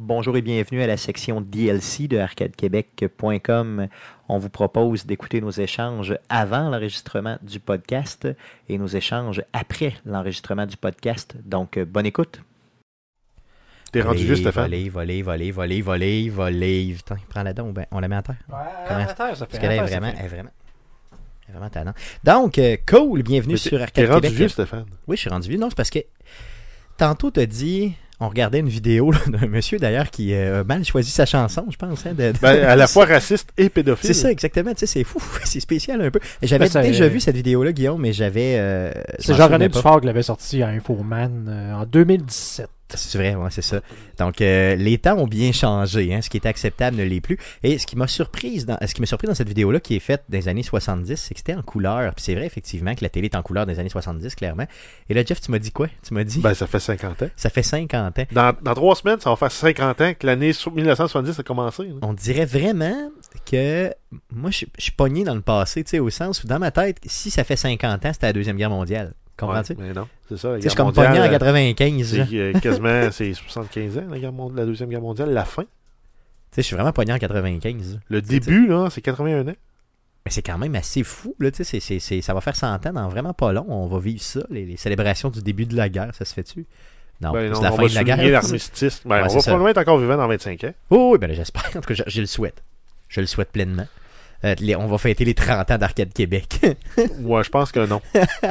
Bonjour et bienvenue à la section DLC de arcadequebec.com. On vous propose d'écouter nos échanges avant l'enregistrement du podcast et nos échanges après l'enregistrement du podcast. Donc, bonne écoute. T'es rendu vieux, Stéphane? Voler. Putain, prends la dent, on la met à terre. Ouais, à terre, ça fait. Parce qu'elle est vraiment tannant. Donc, cool, bienvenue sur Arcade Québec. T'es rendu Québec. vieux, Stéphane? Oui, je suis rendu vieux. Non, c'est parce que tantôt, t'as dit... On regardait une vidéo là, d'un monsieur d'ailleurs qui a mal choisi sa chanson, je pense. Hein, à la fois raciste et pédophile. C'est ça, exactement. Tu sais, c'est fou, c'est spécial un peu. J'avais déjà vu cette vidéo-là, Guillaume, mais j'avais... c'est Jean-René Dufort qui l'avait sorti à Infoman en 2017. C'est vrai, ouais, c'est ça. Donc, les temps ont bien changé. Hein, ce qui était acceptable ne l'est plus. Et ce qui m'a surpris dans cette vidéo-là, qui est faite dans les années 70, c'est que c'était en couleur. Puis c'est vrai, effectivement, que la télé est en couleur dans les années 70, clairement. Et là, Jeff, tu m'as dit quoi? Tu m'as dit... Ben, ça fait 50 ans. Ça fait 50 ans. Dans 3 semaines, ça va faire 50 ans que l'année 1970 a commencé. Hein. On dirait vraiment que... Moi, je suis pogné dans le passé, tu sais, au sens où, dans ma tête, si ça fait 50 ans, c'était la Deuxième Guerre mondiale. Comprends-tu? Ouais, mais non, c'est ça. Je suis comme pogné en 95. C'est quasiment c'est 75 ans, la Deuxième Guerre mondiale, la fin. Tu sais, je suis vraiment pogné en 95. Le début, là, c'est 81 ans. Mais c'est quand même assez fou, là. Tu sais, ça va faire 100 ans dans vraiment pas long. On va vivre ça, les célébrations du début de la guerre, ça se fait-tu? Non, ben c'est la fin de la guerre. L'armistice. Ben, on va probablement être encore vivant dans 25 ans. Oh, oui, ben là, j'espère. En tout cas, je le souhaite. Je le souhaite pleinement. On va fêter les 30 ans d'Arcade Québec. Ouais, je pense que non.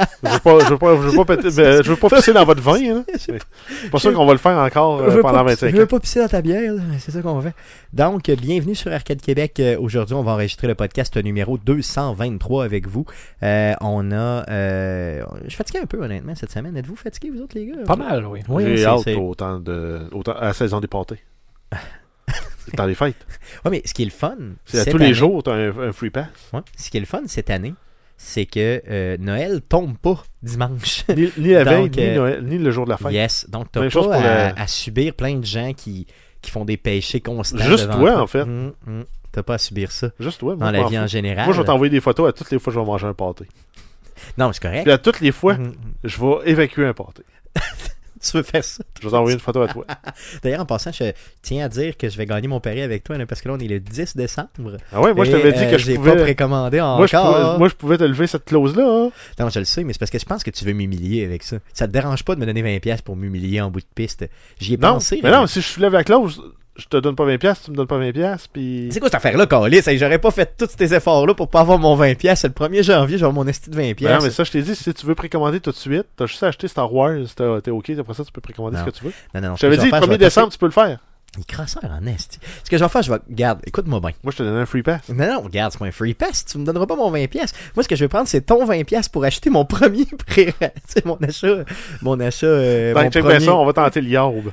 Je veux pas pisser dans votre vin. Hein. C'est pas sûr qu'on va le faire encore pendant 25 ans. Je veux pas pisser dans ta bière, là. C'est ça qu'on fait. Donc, bienvenue sur Arcade Québec. Aujourd'hui, on va enregistrer le podcast numéro 223 avec vous. Je suis fatigué un peu, honnêtement, cette semaine. Êtes-vous fatigués, vous autres, les gars? Pas mal, oui. J'ai hâte autant à la saison des pâtés. C'est dans les fêtes. Oui, mais ce qui est le fun... C'est à tous les jours, tu as un free pass. Ouais. Ce qui est le fun cette année, c'est que Noël tombe pas dimanche. Ni la veille, ni le jour de la fête. Yes, donc tu n'as pas à subir plein de gens qui font des péchés constants. Juste toi, en fait. T'as pas à subir ça. Juste toi. Dans la vie en général. Moi, je vais t'envoyer des photos à toutes les fois que je vais manger un pâté. Non, c'est correct. Puis à toutes les fois, je vais évacuer un pâté. Tu veux faire ça? Je vais t'envoyer une photo à toi. D'ailleurs, en passant, je tiens à dire que je vais gagner mon pari avec toi, là, parce que là, on est le 10 décembre. Ah ouais, moi, je t'avais dit que je pouvais... pas précommandé encore. Moi, je pouvais te lever cette clause-là. Hein? Non, je le sais, mais c'est parce que je pense que tu veux m'humilier avec ça. Ça te dérange pas de me donner 20$ pour m'humilier en bout de piste. J'y ai pensé. Mais non, si je soulève la clause... Je te donne pas 20$, tu me donnes pas 20$, puis... C'est quoi cette affaire-là, Calis? J'aurais pas fait tous ces efforts-là pour pas avoir mon 20$. C'est le 1er janvier, j'aurai mon esti de 20$. Ben non, mais ça, je t'ai dit, si tu veux précommander tout de suite, t'as juste à acheter Star Wars, t'es OK, après ça, tu peux précommander ce que tu veux. Non. Je t'avais dit, le 1er décembre, tu peux le faire. Il crasseur en esti. Ce que je vais faire, Regarde, écoute-moi bien. Moi, je te donne un free pass. Non, regarde, c'est pas un free pass. Tu me donneras pas mon 20$. Moi, ce que je vais prendre, c'est ton 20$ pour acheter mon premier tu sais, mon achat. Dans le check ça, on va tenter le yarb.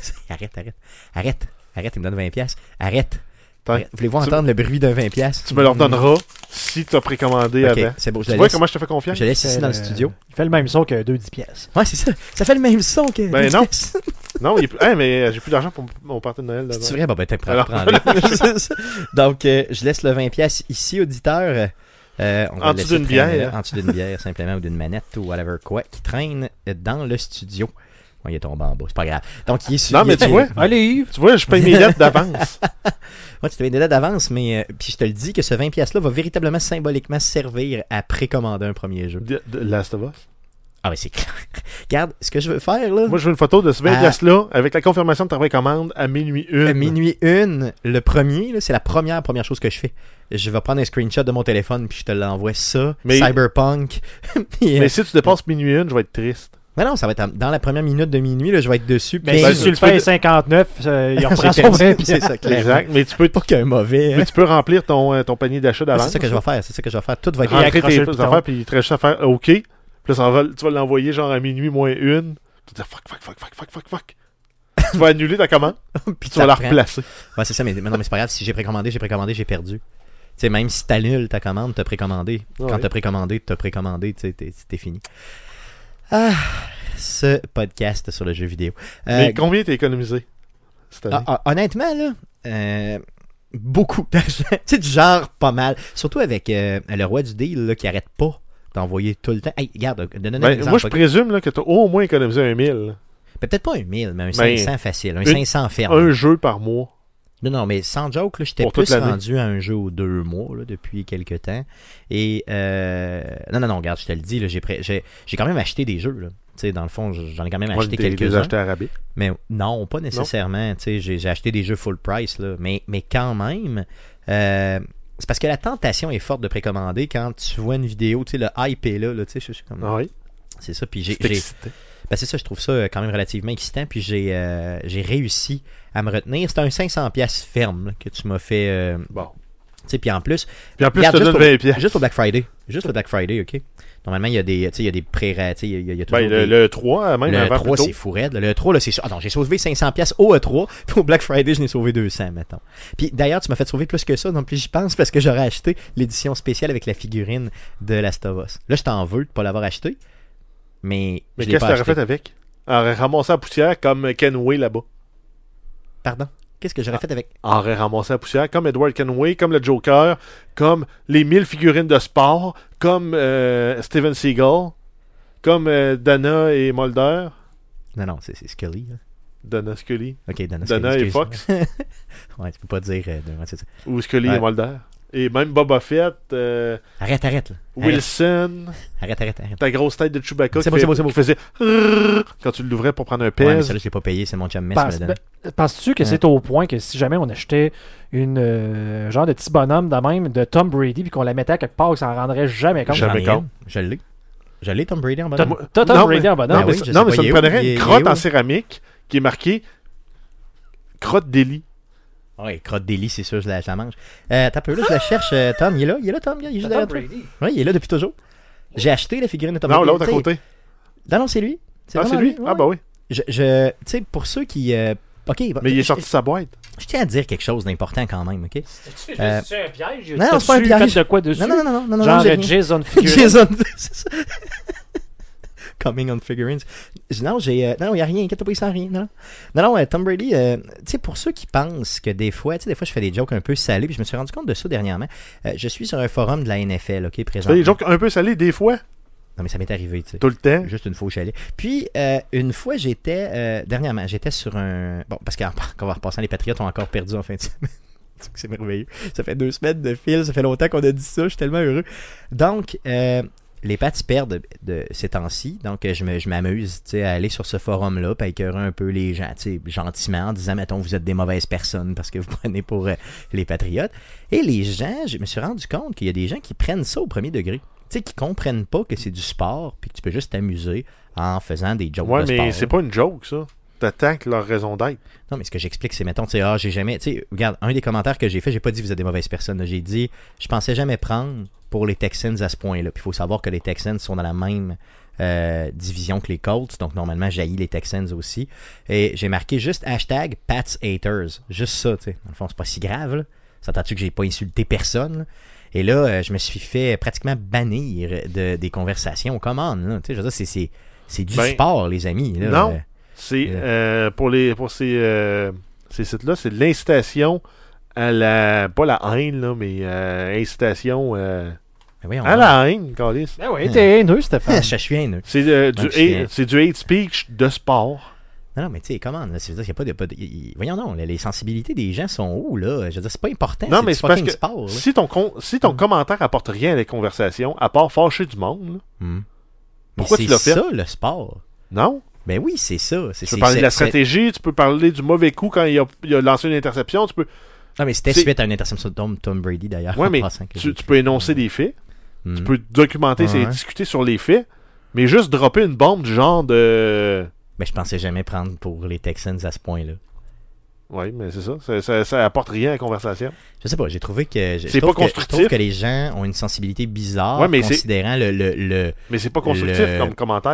Arrête, il me donne 20$. Arrête. Voulez-vous entendre le bruit d'un 20$? Tu me le redonneras si tu as précommandé avant. C'est beau, tu vois comment je te fais confiance? Je laisse ici dans le studio. Il fait le même son que 2,10$. Ouais, c'est ça. Ça fait le même son que. Ben non. Non, mais j'ai plus d'argent pour mon party de Noël. C'est vrai, ben prends-le. Donc, je laisse le 20$ ici, auditeur. En dessous d'une bière. En dessous d'une bière, simplement, ou d'une manette, ou whatever quoi, qui traîne dans le studio. Il est tombé en bas, c'est pas grave. Donc, il est sur. Non, mais tu vois, allez, tu vois, je paye mes dettes d'avance. Ouais, tu payes des dettes d'avance, mais puis je te le dis que ce 20$-là va véritablement symboliquement servir à précommander un premier jeu. De Last of Us. Ah, mais c'est clair. Regarde, ce que je veux faire, là. Moi, je veux une photo de ce 20$-là avec la confirmation de ta précommande à minuit 1. À minuit 1, le premier, là, c'est la première chose que je fais. Je vais prendre un screenshot de mon téléphone, puis je te l'envoie ça. Cyberpunk. Mais si tu dépasses minuit 1, je vais être triste. Mais non, ça va être dans la première minute de minuit, là, je vais être dessus. Mais si tu le fais à 59, il reprend son 20$. C'est ça, clair. Exact. Mais tu peux pas qu'un mauvais. Mais tu peux remplir ton panier d'achat d'avance. C'est ça que je vais faire. Tout va être rentrer tes affaires, puis il te reste juste à faire OK. Puis là, tu vas l'envoyer genre à minuit moins 1. Tu vas dire fuck. Tu vas annuler ta commande. Puis tu vas la replacer. Ouais, c'est ça, mais non, mais c'est pas grave. Si j'ai précommandé, j'ai perdu. Tu sais, même si t'annules ta commande, t'as précommandé. Quand t'as précommandé, tu sais, t'es fini. Ah, ce podcast sur le jeu vidéo. Mais combien t'as économisé cette année? Honnêtement, là, beaucoup d'argent. Tu sais, du genre pas mal. Surtout avec le roi du deal là, qui arrête pas d'envoyer tout le temps. Hey, regarde, donne un exemple. Moi, je présume là, que t'as au moins économisé 1 000. Peut-être pas un 1000, mais un Ben, 500 facile. Un 500 ferme. Un jeu par mois. Non, mais sans joke, là, j'étais Pour toute plus l'année. rendu à un jeu aux 2 mois là, depuis quelques temps. Et non, regarde, je te le dis, là, j'ai quand même acheté des jeux. Là. Tu sais, dans le fond, j'en ai quand même acheté Des quelques-uns. achetés à rabais. Mais non, pas nécessairement. Tu sais, j'ai acheté des jeux full price, là, mais quand même, c'est parce que la tentation est forte de précommander quand tu vois une vidéo, tu sais, le hype est là, tu sais, je suis comme... Ah oui. C'est ça, puis C'est excité. ben c'est ça, je trouve ça quand même relativement excitant, puis j'ai réussi à me retenir. C'était un 500$ ferme là, que tu m'as fait. Bon. Tu sais, puis en plus, Puis en plus, regarde, je te donne 20 pièces. juste au Black Friday. Juste le Black Friday, OK? Normalement, il y a des, tu sais, il y a des pré-rats, tu sais, il y a toujours Ben, le 3, même le avant 3, plus c'est tôt. fou raide. Le 3, là, c'est sûr. Ah non, j'ai sauvé 500$ au E3. Puis au Black Friday, je n'ai sauvé 200, mettons. Puis d'ailleurs, tu m'as fait sauver plus que ça. Donc, plus j'y pense parce que j'aurais acheté l'édition spéciale avec la figurine de Last of Us. Là, je t'en veux de pas l'avoir acheté. Mais Mais je l'ai qu'est-ce que pas t'aurais acheté. fait avec? Aurait ramassé la poussière comme Kenway là-bas. Pardon? Qu'est-ce que j'aurais fait avec... Aurait ramassé la poussière comme Edward Kenway, comme le Joker, comme les 1000 figurines de sport, comme Steven Seagal, comme Dana et Mulder. Non, c'est Scully. Là. Dana Scully. Ok, Dana Dana Scully, et excuse. Fox. Ouais, tu peux pas dire... ouais, c'est ça. Ou Scully Ouais. et Mulder. Et même Boba Fett, Arrête, là. Wilson, Arrête. ta grosse tête de Chewbacca C'est qui, bon, c'est bon. qui faisait quand tu l'ouvrais pour prendre un Ouais, mais pèse. ça, là, je l'ai pas payé. C'est mon chum Mess qui me l'a donné. Penses-tu que c'est au point que si jamais on achetait une genre de petit bonhomme de même de Tom Brady puis qu'on la mettait à quelque part, que ça en rendrait jamais compte? Jamais J'en ai compte. une. Je l'ai. Je l'ai, Tom Brady en T'as bonhomme. Tom Non, Brady mais- en bonhomme? Non, mais, oui, je non, sais mais pas, ça il est me où? prendrait Il une est crotte où? en céramique qui est marquée crotte d'Eli. Ouais, crotte d'Élie, c'est sûr, je la mange. T'as peu là, je la cherche. Tom, il est là, Tom, il est juste derrière toi. Ouais, il est là depuis toujours. J'ai acheté la figurine de Tom Non, Brady. l'autre à Tu sais, côté. Non, c'est lui. Ah, c'est vraiment lui? Ah, bah oui. Tu sais, pour ceux qui... OK, Mais il est sorti de sa boîte. je tiens à dire quelque chose d'important quand même, OK? C'est Euh, un piège? non, c'est pas un piège. Fait de quoi dessus? Non, Genre j'ai rien. Jason Figurine. Jason, c'est ça. Coming on figurines. Non, il n'y a rien, inquiète pas, il sent rien. Non, Tom Brady, tu sais, pour ceux qui pensent que des fois, je fais des jokes un peu salés, puis je me suis rendu compte de ça dernièrement. Je suis sur un forum de la NFL, OK, Tu fais présentement. des jokes un peu salés des fois, Non, mais ça m'est arrivé, tu sais. tout le temps. Juste une fois au chalet. Puis, une fois, dernièrement, j'étais sur un... Bon, parce qu'en repassant, les Patriotes ont encore perdu en fin de semaine. C'est merveilleux. Ça fait 2 semaines de fil, ça fait longtemps qu'on a dit ça, je suis tellement heureux. Donc, les Pats perdent de ces temps-ci, donc je m'amuse à aller sur ce forum-là, puis à écœurer un peu les gens, gentiment, en disant, mettons, vous êtes des mauvaises personnes parce que vous prenez pour les Patriotes. Et les gens, je me suis rendu compte qu'il y a des gens qui prennent ça au premier degré. Qui comprennent pas que c'est du sport, puis que tu peux juste t'amuser en faisant des jokes Ouais, de sport. mais c'est pas une joke, ça. T'attaques leur raison d'être. Non, mais ce que j'explique, c'est, mettons, j'ai jamais... Regarde, un des commentaires que j'ai fait, j'ai pas dit vous êtes des mauvaises personnes. Là. J'ai dit, je pensais jamais prendre pour les Texans à ce point-là. Puis il faut savoir que les Texans sont dans la même division que les Colts. Donc, normalement, j'haïs les Texans aussi. Et j'ai marqué juste hashtag Pats Haters. Juste ça, tu sais. Dans le fond, c'est pas si grave, là. S'entends-tu que j'ai pas insulté personne, là? Et là, je me suis fait pratiquement bannir des conversations. Come on, là. Tu sais, je veux dire, c'est du sport, les amis. Là. Non. C'est pour ces sites-là, c'est de l'incitation à la pas la haine là, mais incitation à la haine, Carlis. Ben oui, t'es haineux, Stéphane. Je suis haineux. C'est du hate speech de sport. Non, mais tu sais, comment, là, c'est-à-dire qu'il n'y a pas de... Voyons non, les sensibilités des gens sont où, là? Je veux dire, c'est pas important, Non, c'est mais du c'est parce fucking que sport. Là. si ton commentaire apporte rien à la conversation, à part fâcher du monde, là, pourquoi mais tu l'as fait? C'est ça, le sport. Non? Ben oui, c'est ça. Tu peux parler de la stratégie, tu peux parler du mauvais coup quand il a lancé une interception, tu peux... Non, mais c'était suite à une interception de Tom Brady, d'ailleurs. Ouais, mais tu peux énoncer des faits, tu peux documenter et discuter sur les faits, mais juste dropper une bombe du genre de... Mais je pensais jamais prendre pour les Texans à ce point-là. Oui, mais c'est ça. Ça apporte rien à la conversation. Je sais pas, j'ai trouvé que... C'est pas constructif. Je trouve que les gens ont une sensibilité bizarre, mais considérant Mais c'est pas constructif comme commentaire.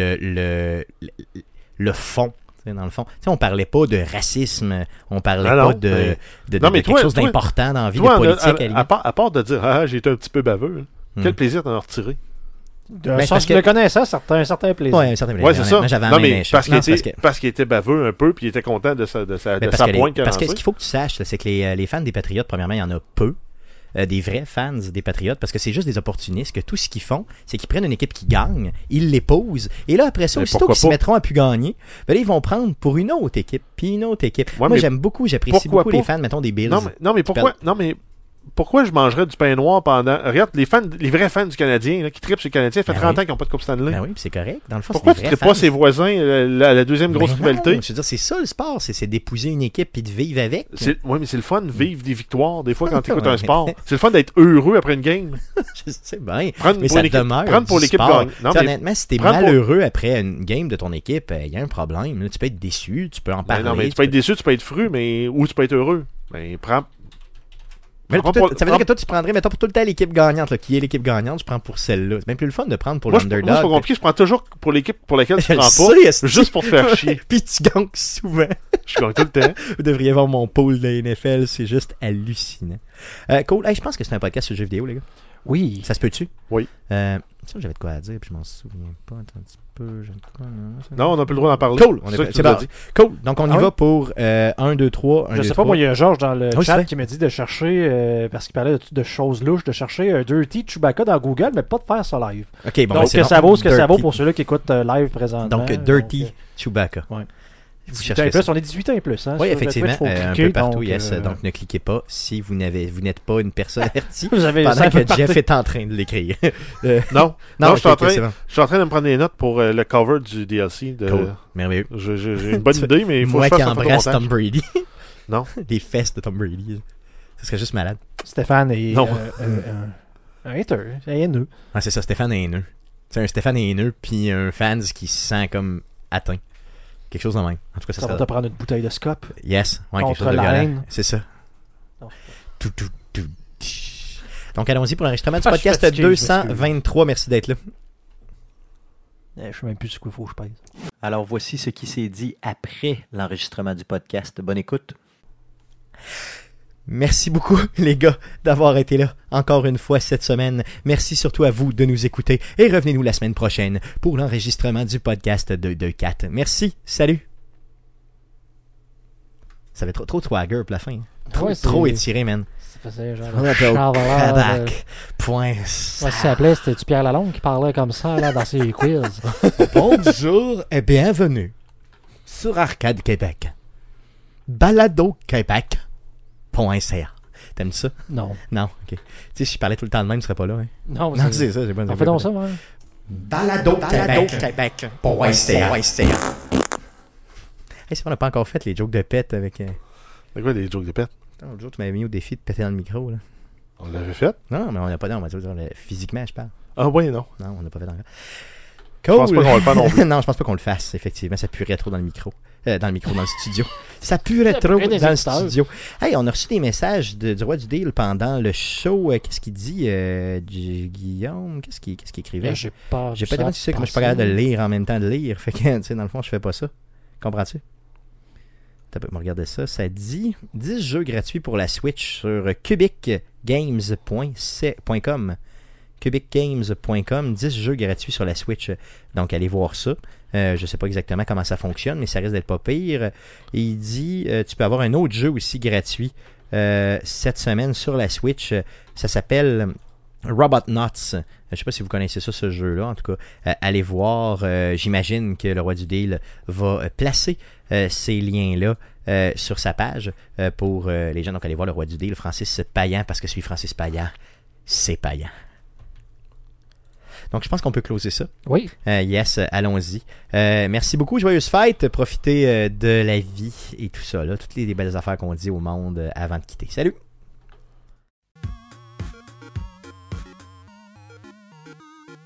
Le fond. Dans le fond, on parlait pas de racisme, on parlait pas de quelque chose d'important dans la vie de politique. À part de dire « j'ai été un petit peu baveux quel plaisir d'en retirer. Parce que le connaissant, un certain plaisir. Oui, un certain plaisir. Ouais, c'est ça. Non, mais parce qu'il était baveux un peu, puis il était content de sa pointe qu'il a Parce que lancée. ce qu'il faut que tu saches, c'est que les fans des Patriotes, premièrement, il y en a peu. des vrais fans des Patriotes, parce que c'est juste des opportunistes, que tout ce qu'ils font, c'est qu'ils prennent une équipe qui gagne, ils l'épousent, et là, après ça, aussitôt qu'ils se mettront à plus gagner, ben là, ils vont prendre pour une autre équipe, puis une autre équipe. Ouais, moi, j'apprécie beaucoup les fans, mettons, des Bills. Pourquoi je mangerais du pain noir pendant... Regarde, les vrais fans du Canadien, là, qui trippent sur le Canadien, ça fait 30 ans qu'ils n'ont pas de Coupe Stanley. Ben oui, c'est correct. Dans le fond, pourquoi tu ne trippes pas ses voisins, la deuxième grosse rivalité? Je veux dire, c'est ça le sport, c'est d'épouser une équipe et de vivre avec. Oui, mais c'est le fun de vivre des victoires, des fois, quand tu écoutes un sport. C'est le fun d'être heureux après une game. Je sais bien, mais ça demeure prendre pour l'équipe gagne. Honnêtement, si t'es malheureux après une game de ton équipe, il y a un problème. Là, tu peux être déçu, tu peux en parler. Non, mais tu peux être déçu, tu peux être fru, mais ou tu peux être heureux. Ben, mais ça veut dire que toi, tu prendrais, mettons, pour tout le temps l'équipe gagnante, là, qui est l'équipe gagnante, tu prends pour celle-là. C'est bien plus le fun de prendre pour l'underdog. Moi, c'est pas compliqué, je prends toujours pour l'équipe pour laquelle tu prends pas, juste pour te faire chier. Puis tu gagnes souvent. Je gagne tout le temps. Vous devriez voir mon pool de la NFL, c'est juste hallucinant. Cool. Hey, je pense que c'est un podcast sur jeux vidéo, les gars. Oui. Ça se peut-tu? Oui. Ça, j'avais de quoi à dire, puis je m'en souviens pas. Attends un petit peu. Non, on n'a plus le droit d'en parler. Cool. Cool. Donc, on y va pour 1, 2, 3. Je sais pas, moi, il y a Georges dans le chat qui me dit de chercher, parce qu'il parlait de choses louches, de chercher un Dirty Chewbacca dans Google, mais pas de faire ça live. OK, bon. Donc, ça vaut ce que ça vaut pour ceux-là qui écoutent live présentement. Donc, Dirty Chewbacca. Ouais. 18 ans et plus, on est 18 ans et plus. Hein, oui, effectivement, un peu partout, yes. Donc, ne cliquez pas si vous n'êtes pas une personne avertie pendant que Jeff est en train de l'écrire. Non, je suis en train de me prendre des notes pour le cover du DLC. Cool. Merveilleux. J'ai une bonne idée, mais il faut que je fasse un embrasse Tom Brady. Non. Les fesses de Tom Brady. Ce serait juste malade. Stéphane est un hater, un haineux. Ah, c'est ça, Stéphane est haineux. C'est un Stéphane haineux, puis un fan qui se sent comme atteint. Quelque chose de même. En tout cas, ça va te prendre une bouteille de Scop. Yes. Ouais, contre quelque chose de la violent. C'est ça. Non. Donc, allons-y pour l'enregistrement du podcast 223. Merci d'être là. Je sais même plus ce qu'il faut que je pèse. Alors, voici ce qui s'est dit après l'enregistrement du podcast. Bonne écoute. Merci beaucoup, les gars, d'avoir été là encore une fois cette semaine. Merci surtout à vous de nous écouter et revenez-nous la semaine prochaine pour l'enregistrement du podcast 224. Merci, salut! Ça va être trop swagger pour la fin. Trop étiré, man. Ça faisait genre Point. Ça s'appelait, c'était-tu Pierre Lalonde qui parlait comme ça là, dans ses quiz? Bonjour et bienvenue sur Arcade Québec. Balado Québec. .ca. T'aimes ça? Non. Non, ok. Tu sais, si je parlais tout le temps de même, tu serais pas là, hein? Non, c'est ça, j'ai pas on fait donc ça, ouais. Balado Québec. .ca. Hey, c'est vrai, on n'a pas encore fait les jokes de pète avec... C'est quoi les jokes de pète? L'autre jour, tu m'avais mis au défi de péter dans le micro, là. On l'avait fait? Non, mais on n'a pas... Non, on va dire physiquement, je parle. Ah oui, non. Non, on n'a pas fait encore. Cool. Je pense pas qu'on le fasse non plus. Non, je pense pas qu'on le fasse, effectivement. Ça puerait trop dans le micro. Dans le studio. Ça purait trop dans le studio. Hey, on a reçu des messages du Roi du Deal pendant le show. Qu'est-ce qu'il dit, Guillaume? Qu'est-ce qu'il écrivait? J'ai pas demandé si c'est que moi je suis pas capable de le lire en même temps de lire. Fait que, tu sais, dans le fond, je fais pas ça. Comprends-tu? Tu peux me regarder ça. Ça dit 10 jeux gratuits pour la Switch sur cubicgames.com. cubicgames.com, 10 jeux gratuits sur la Switch. Donc, allez voir ça. Je ne sais pas exactement comment ça fonctionne, mais ça risque d'être pas pire. Et il dit, tu peux avoir un autre jeu aussi gratuit cette semaine sur la Switch. Ça s'appelle Robotnuts. Je ne sais pas si vous connaissez ça, ce jeu-là. En tout cas, allez voir. J'imagine que le Roi du Deal va placer ces liens-là sur sa page pour les gens. Donc, allez voir le Roi du Deal, Francis Payan, parce que celui Francis Payan, c'est Payan. Donc, je pense qu'on peut closer ça. Oui. Yes, allons-y. Merci beaucoup, joyeuse fête. Profitez de la vie et tout ça, là. Toutes les belles affaires qu'on dit au monde avant de quitter. Salut!